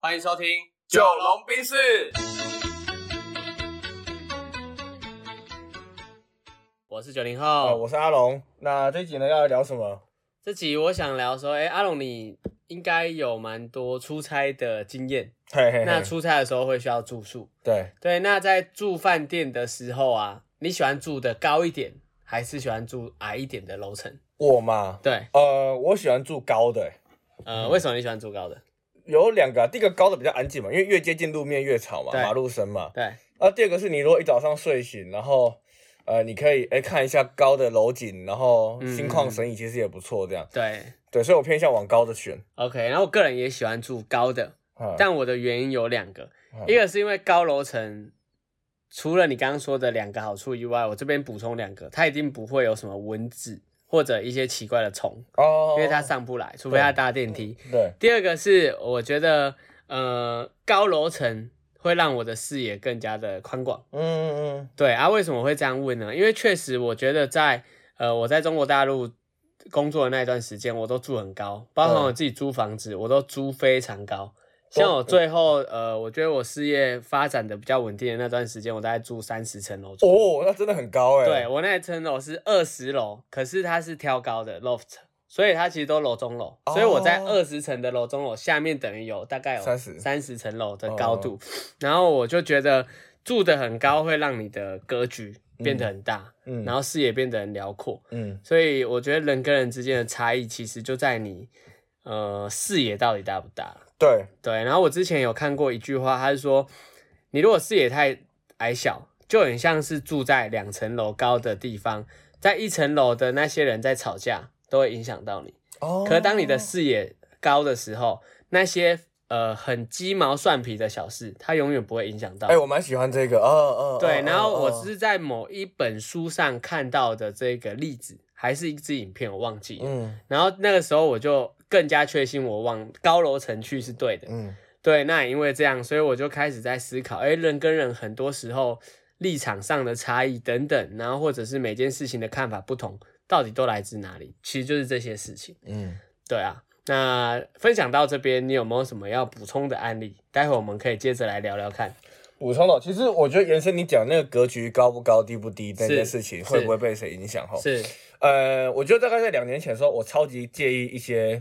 欢迎收听九龙冰室。 我是90后， 我是阿龙。那这一集呢要聊什么？ 这集我想聊说，阿龙你应该有蛮多出差的经验，那出差的时候会需要住宿，对，那在住饭店的时候啊，你喜欢住的高一点，还是喜欢住矮一点的楼层？ 我嘛， 对， 我喜欢住高的。 为什么你喜欢住高的？ 有两个，第一个高的比较安静嘛，因为越接近路面越吵嘛，马路声嘛。 对。 第二个是你如果一早上睡醒，然后你可以看一下高的楼景，然后心旷神怡，其实也不错。这样。对，所以我偏向往高的选。 OK， 然后我个人也喜欢住高的，但我的原因有两个，一个是因为高楼层，除了你刚刚说的两个好处以外，我这边补充两个，它一定不会有什么蚊子或者一些奇怪的虫，因为它上不来，除非它搭电梯。 对。 第二个是我觉得高楼层会让我的视野更加的宽广。对啊，为什么会这样问呢？因为确实我觉得在我在中国大陆工作的那一段时间，我都住很高，包含我自己租房子，我都租非常高。像我最后我觉得我事业发展的比较稳定的那段时间，我大概住30层楼左右。 那真的很高对，我那层楼是20楼，可是它是挑高的 loft， 所以它其实都楼中楼，所以我在20层的楼中楼下面等于有大概有30层楼的高度，然后我就觉得住得很高会让你的格局变得很大，然后视野变得很辽阔，所以我觉得人跟人之间的差异其实就在你视野到底大不大。对，然后我之前有看过一句话，他是说你如果视野太矮小，就很像是住在2层楼高的地方，在1层楼的那些人在吵架都会影响到你。可是当你的视野高的时候，那些很鸡毛蒜皮的小事，它永远不会影响到。 我蛮喜欢这个。 对，然后我是在某一本书上看到的这个例子，还是一支影片，我忘记了。然后那个时候我就更加确信我往高楼层去是对的。对，那也因为这样，所以我就开始在思考，人跟人很多时候立场上的差异等等，然后或者是每件事情的看法不同，到底都来自哪里？其实就是这些事情。对啊。那分享到这边，你有没有什么要补充的案例？待会我们可以接着来聊聊看。 补充的，其实我觉得延伸你讲那个格局高不高、低不低那件事情，会不会被谁影响？ 是。 我觉得大概在2年前的时候，我超级介意一些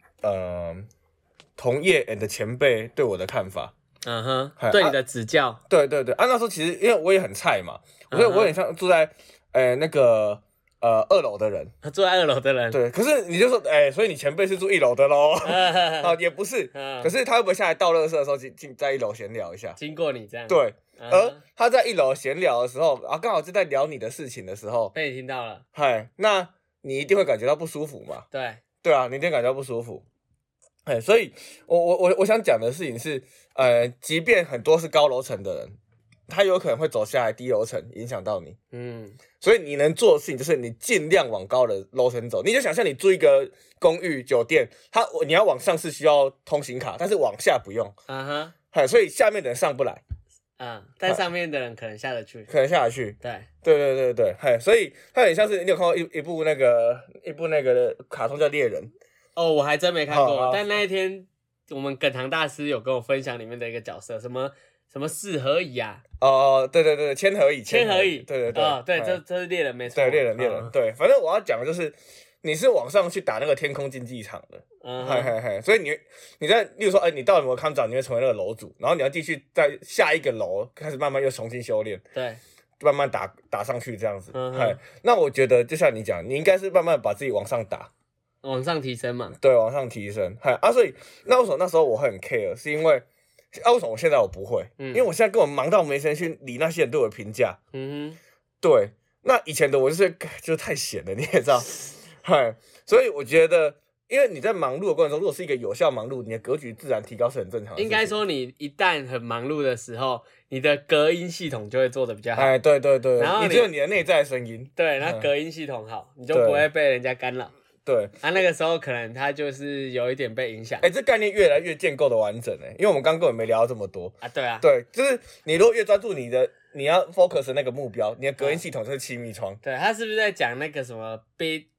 同业的前辈对我的看法。 对你的指教。 对。那时候其实因为我也很菜嘛，所以我很像住在那个2楼的人， 住在2楼的人。 对，可是你就说所以你前辈是住1楼的咯。也不是。可是他会不会下来倒垃圾的时候在1楼闲聊一下， 经过你这样？ 对。而他在1楼闲聊的时候，刚好就在聊你的事情的时候， 被你听到了。 那你一定会感觉到不舒服嘛？对啊，你一定感觉到不舒服。所以我想讲的事情是，即便很多是高楼层的人，他有可能会走下来低楼层，影响到你。所以你能做的事情就是你尽量往高的楼层走。你就想象你住一个公寓酒店，你要往上是需要通行卡，但是往下不用。所以下面的人上不来。 但上面的人可能下得去， 下得去。 对。 所以它很像是你有看过一部那个卡通叫猎人。 我还真没看过。但那一天我们梗堂大师有跟我分享里面的一个角色，什么四合椅啊。 对，千合椅。对。 这是猎人没错。 对，猎人。对，反正我要讲的就是你是往上去打那个天空竞技场的。所以你在例如说你到某个康长，你会成为那个楼主，然后你要继续在下一个楼开始慢慢又重新修炼。 对。 慢慢打上去这样子。那我觉得就像你讲，你应该是慢慢把自己往上打， 往上提升嘛。 对，往上提升。所以那为什么那时候我会很 care， 是因为为什么我现在我不会？因为我现在根本忙到没时间去理那些人对我的评价。对。那以前的我就是太闲了，你也知道。所以我觉得，因为你在忙碌的过程中，如果是一个有效忙碌，你的格局自然提高是很正常的。 应该说，你一旦很忙碌的时候，你的隔音系统就会做得比较好。 对。然后你只有你的内在声音。 对，然后隔音系统好，你就不会被人家干扰。 对。 那个时候可能他就是有一点被影响。 这概念越来越建构的完整因为我们刚根本没聊到这么多。 对啊。 对，就是你如果越专注你要 focus 的那个目标，你的隔音系统就是气密窗。 对，他是不是在讲那个什么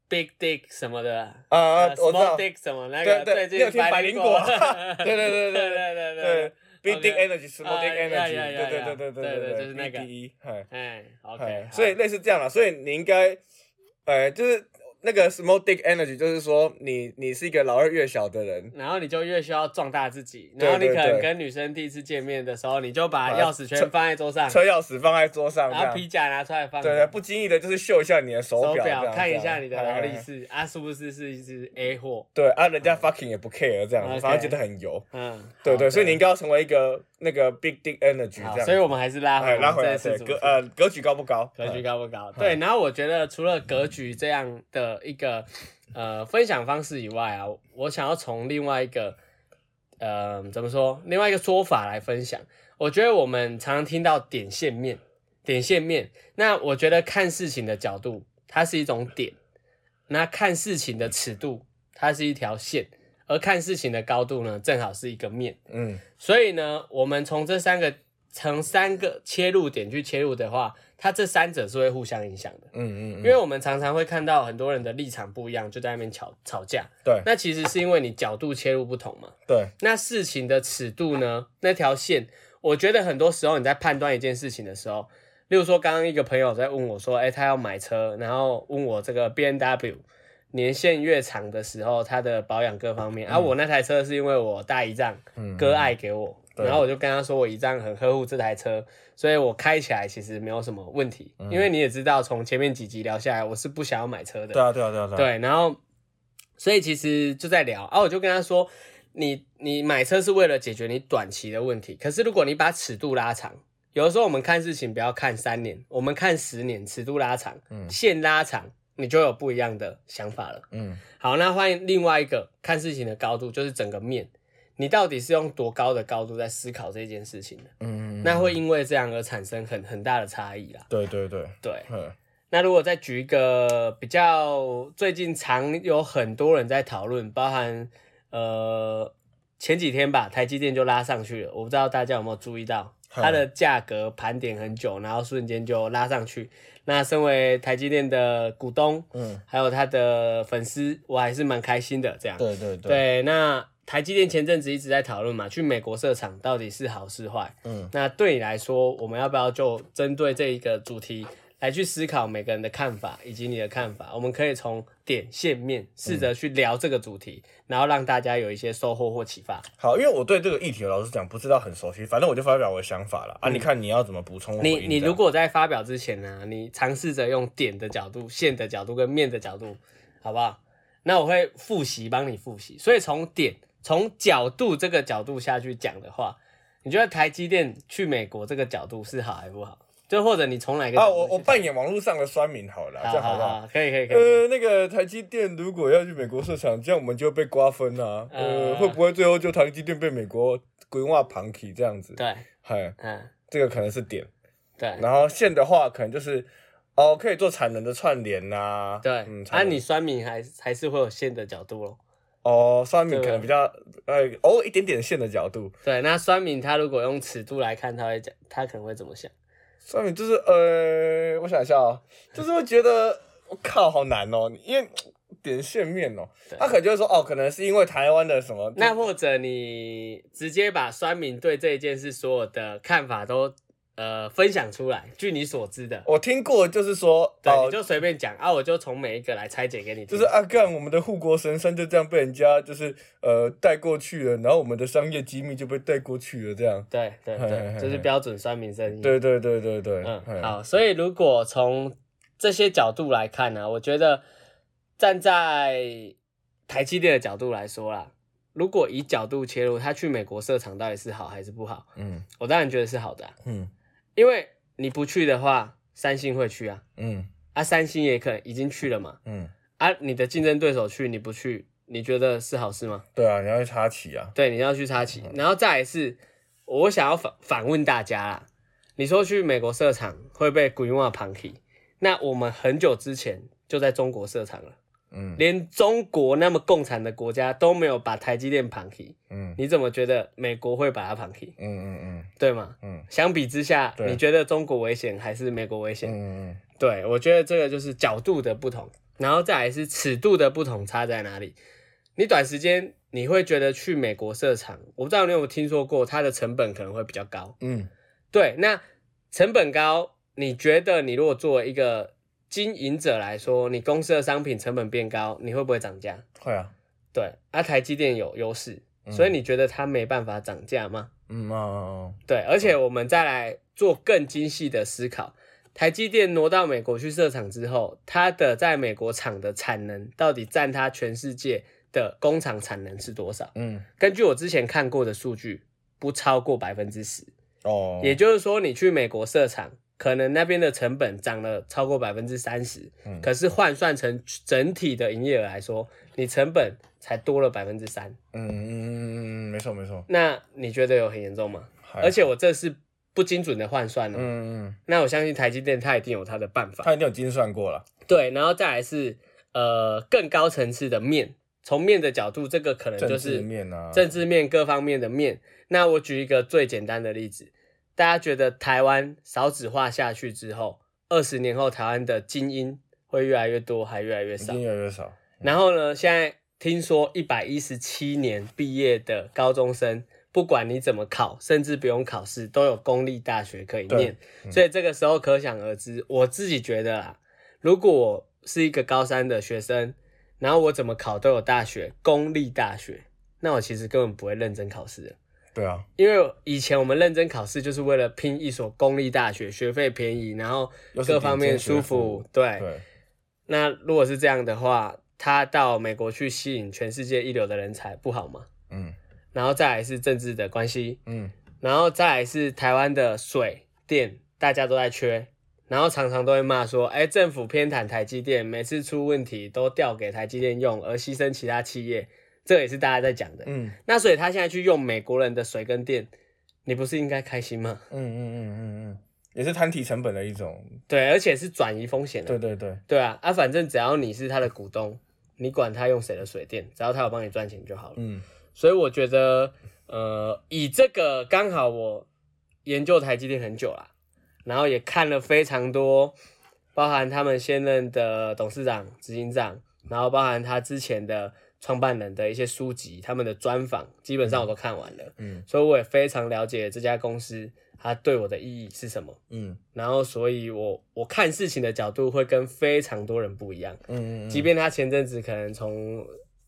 Big Dick 什么的 ，Small Dick 什么那个， 对，你有听百灵果？对。Big Dick Energy，Small Dick Energy，对， 就是那个。OK， 所以类似这样啦，所以你应该，就是那个 Small Dick Energy， 就是说你是一个老二越小的人， 然后你就越需要壮大自己，然后你可能跟女生第一次见面的时候，你就把钥匙圈放在桌上， 车钥匙放在桌上， 然后皮夹拿出来放， 对，不经意的就是秀一下你的手表， 看一下你的劳力士啊，是不是是一只 A 货？ 对啊，人家 fucking 也不 care 这样，反正觉得很油，对，所以你应该要成为一个那个 Big Dick Energy 这样， 所以我们还是拉回来， 格局高不高？ 格局高不高？对，然后我觉得除了格局这样的一个分享方式以外啊，我想要从另外一个怎么说？另外一个说法来分享。我觉得我们常常听到点线面，那我觉得看事情的角度，它是一种点；那看事情的尺度，它是一条线；而看事情的高度呢，正好是一个面。所以呢，我们从三个切入点去切入的话，它这三者是会互相影响的。因为我们常常会看到很多人的立场不一样，就在那边吵架。 对， 那其实是因为你角度切入不同嘛。 对， 那事情的尺度呢？那条线，我觉得很多时候你在判断一件事情的时候，例如说刚刚一个朋友在问我说，他要买车，然后问我这个 BMW 年限越长的时候，它的保养各方面。我那台车是因为我大姨丈割爱给我。然后我就跟他说，我姨丈很呵护这台车，所以我开起来其实没有什么问题。因为你也知道，从前面几集聊下来，我是不想要买车的。 对， 然后所以其实就在聊我就跟他说，你买车是为了解决你短期的问题，可是如果你把尺度拉长，有的时候我们看事情不要看3年，我们看10年，尺度拉长，线拉长，你就有不一样的想法了。好，那换另外一个看事情的高度，就是整个面。你到底是用多高的高度在思考这件事情的？那会因为这样而产生很大的差异啦。 对。 那如果再举一个比较最近常有很多人在讨论，包含前几天吧，台积电就拉上去了，我不知道大家有没有注意到，它的价格盘点很久，然后瞬间就拉上去。那身为台积电的股东，还有他的粉丝，我还是蛮开心的。这样，对，那。台积电前阵子一直在讨论嘛，去美国设厂到底是好是坏？那对你来说，我们要不要就针对这一个主题来去思考每个人的看法以及你的看法？我们可以从点线面试着去聊这个主题，然后让大家有一些收获或启发。 好，因为我对这个议题老实讲不知道很熟悉，反正我就发表我的想法了你看你要怎么补充？ 你如果在发表之前呢，你尝试着用点的角度、线的角度跟面的角度，好不好？那我会帮你复习，所以从角度这个角度下去讲的话，你觉得台积电去美国这个角度是好还不好？就或者你从哪个角度我扮演网络上的酸民好了，这样好不好？ 可以。 那个台积电如果要去美国设厂，这样我们就被瓜分啊。会不会最后就台积电被美国规划旁起这样子？ 对， 这个可能是点。 对， 然后线的话，可能就是可以做产能的串联呐。 对，你酸民还是会有线的角度咯。 酸民可能比较一点点线的角度。 对，那酸民他如果用尺度来看，他可能会怎么想？ 酸民就是我想一下就是会觉得我靠好难因为点线面他可能就会说可能是因为台湾的什么。 那或者你直接把酸民对这一件事所有的看法都分享出来，据你所知的。 我听过，就是说， 对，你就随便讲我就从每一个来拆解给你听。 就是干我们的护国神山就这样被人家就是带过去了，然后我们的商业机密就被带过去了，这样。 对，就是标准酸民声音。 对。 好，所以如果从这些角度来看呢，我觉得站在台积电的角度来说啦，如果以角度切入，他去美国设厂到底是好还是不好？我当然觉得是好的因为你不去的话，三星会去三星也可能已经去了嘛，你的竞争对手去，你不去，你觉得是好事吗？ 对啊，你要去插旗啊。 对，你要去插旗，然后再来是，我想要反问大家啦，你说去美国设厂会被规划旁起，那我们很久之前就在中国设厂了。连中国那么共产的国家都没有把台积电旁起，你怎么觉得美国会把它旁起？对吗？相比之下，你觉得中国危险还是美国危险？对，我觉得这个就是角度的不同。 然后再来是尺度的不同差在哪里？你短时间你会觉得去美国设厂，我不知道你有没有听说过，它的成本可能会比较高。对，那成本高，你觉得你如果作为一个经营者来说，你公司的商品成本变高，你会不会涨价？ 会啊。 对，台积电有优势，所以你觉得它没办法涨价吗？对，而且我们再来做更精细的思考，台积电挪到美国去设厂之后，它的在美国厂的产能到底占它全世界的工厂产能是多少？根据我之前看过的数据，不超过 10%。也就是说，你去美国设厂，可能那边的成本涨了超过 30%，可是换算成整体的营业额来说，你成本才多了 3%。 没错没错。 那你觉得有很严重吗？而且我这是不精准的换算那我相信台积电它一定有它的办法， 它一定有精算过了。 对，然后再来是更高层次的面，从面的角度，这个可能就是政治面各方面的面。那我举一个最简单的例子，大家觉得台湾少子化下去之后，20年后台湾的精英会越来越多还越来越少？ 越来越少。 然后呢，现在听说117年毕业的高中生，不管你怎么考，甚至不用考试，都有公立大学可以念。所以这个时候可想而知，我自己觉得啦，如果我是一个高3的学生，然后我怎么考都有大学，公立大学，那我其实根本不会认真考试的。 对啊， 因为以前我们认真考试就是为了拼一所公立大学，学费便宜，然后各方面舒服。对。那如果是这样的话，他到美国去吸引全世界一流的人才，不好吗？然后再来是政治的关系，然后再来是台湾的水电，大家都在缺，然后常常都会骂说，政府偏袒台积电，每次出问题都调给台积电用，而牺牲其他企业。这也是大家在讲的。那所以他现在去用美国人的水跟电，你不是应该开心吗？ 也是摊提成本的一种。 对，而且是转移风险的。对啊，反正只要你是他的股东，你管他用谁的水电，只要他有帮你赚钱就好了。所以我觉得以这个刚好我研究台积电很久啦，然后也看了非常多，包含他们现任的董事长、执行长，然后包含他之前的创办人的一些书籍，他们的专访基本上我都看完了。所以我也非常了解这家公司它对我的意义是什么。然后所以我看事情的角度会跟非常多人不一样。即便他前阵子可能从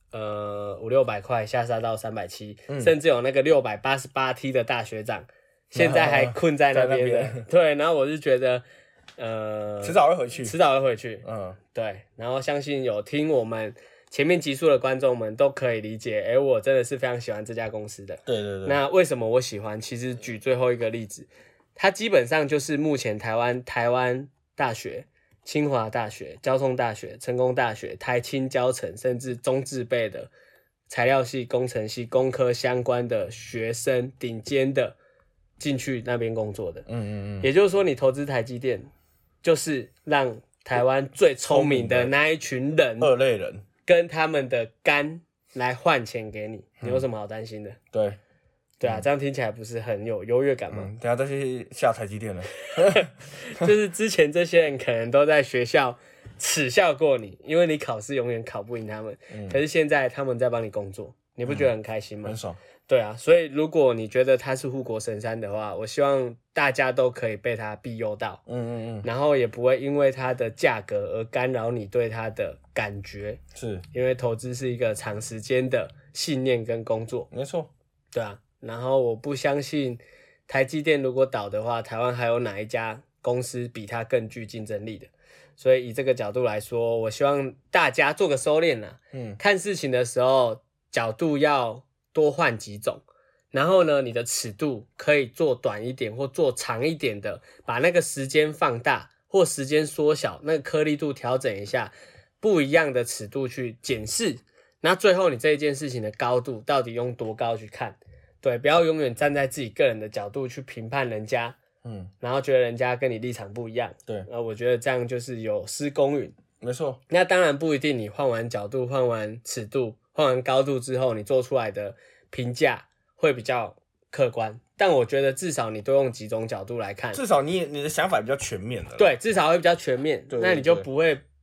500-600块下杀到370，甚至有那个688T 的大学长现在还困在那边的。对，然后我就觉得迟早会回去。 对，然后相信有听我们前面集数的观众们都可以理解，我真的是非常喜欢这家公司的。 对。 那为什么我喜欢？其实举最后一个例子，它基本上就是目前台湾大学、清华大学、交通大学、成功大学、台清交成，甚至中字辈的材料系、工程系、工科相关的学生，顶尖的进去那边工作的。也就是说，你投资台积电，就是让台湾最聪明的那一群人， 二类人。 跟他们的肝来换钱给你，你有什么好担心的？对啊，这样听起来不是很有优越感吗？ 等下再去下台积电了。 就是之前这些人可能都在学校耻笑过你，因为你考试永远考不赢他们。可是现在他们在帮你工作，你不觉得很开心吗？ 很爽。 对啊，所以如果你觉得它是护国神山的话，我希望大家都可以被它庇佑到。然后也不会因为它的价格而干扰你对它的感觉。 是， 因为投资是一个长时间的信念跟工作。 没错。 对啊，然后我不相信台积电如果倒的话，台湾还有哪一家公司比它更具竞争力的。所以以这个角度来说，我希望大家做个收敛啦。看事情的时候角度要多换几种，然后呢，你的尺度可以做短一点或做长一点的，把那个时间放大或时间缩小，那个颗粒度调整一下，不一样的尺度去检视。那最后你这一件事情的高度到底用多高去看？对，不要永远站在自己个人的角度去评判人家，然后觉得人家跟你立场不一样。 对， 我觉得这样就是有失公允。 没错。 那当然不一定，你换完角度、换完尺度、换完高度之后，你做出来的评价会比较客观，但我觉得至少你都用几种角度来看， 至少你的想法比较全面的。 对，至少会比较全面。那你就不会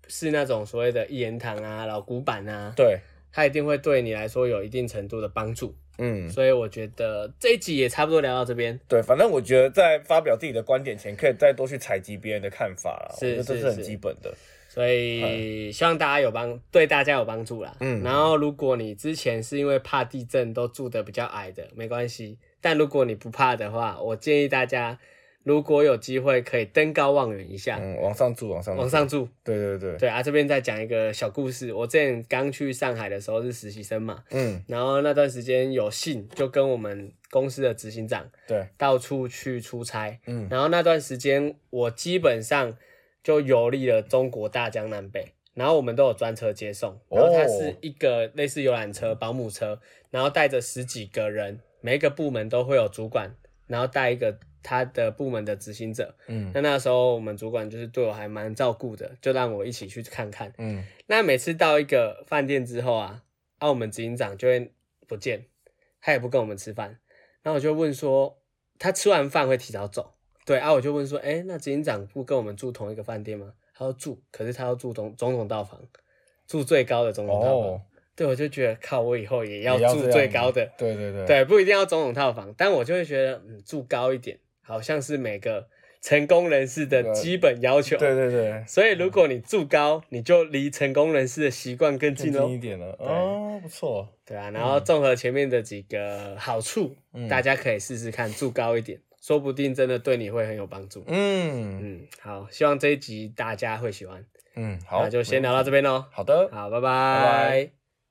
是那种所谓的一言堂啊、老古板啊， 对， 它一定会对你来说有一定程度的帮助。所以我觉得这一集也差不多聊到这边。 对，反正我觉得在发表自己的观点前，可以再多去采集别人的看法啦。我觉得这是很基本的。 所以希望大家对大家有帮助啦。然后如果你之前是因为怕地震都住得比较矮的，没关系。但如果你不怕的话，我建议大家如果有机会可以登高望远一下， 往上住。 对啊，这边再讲一个小故事。我之前刚去上海的时候是实习生嘛，然后那段时间有幸就跟我们公司的执行长到处去出差，然后那段时间我基本上就游历了中国大江南北，然后我们都有专车接送，然后它是一个类似游览车、保姆车，然后带着10几个人，每一个部门都会有主管，然后带一个他的部门的执行者，那时候我们主管就是对我还蛮照顾的，就让我一起去看看，那每次到一个饭店之后啊，我们执行长就会不见，他也不跟我们吃饭，然后我就问说，他吃完饭会提早走，对啊，我就问说，那执行长不跟我们住同一个饭店吗？他说住，可是他要住总统套房，住最高的总统套房。对，我就觉得靠，我以后也要住最高的。对，不一定要总统套房，但我就会觉得，住高一点，好像是每个成功人士的基本要求。 对。 所以如果你住高，你就离成功人士的习惯更近一点了。不错。 对啊，然后综合前面的几个好处，大家可以试试看住高一点，说不定真的对你会很有帮助。好，希望这一集大家会喜欢。 好， 那就先聊到这边咯。 好的， 好，拜拜。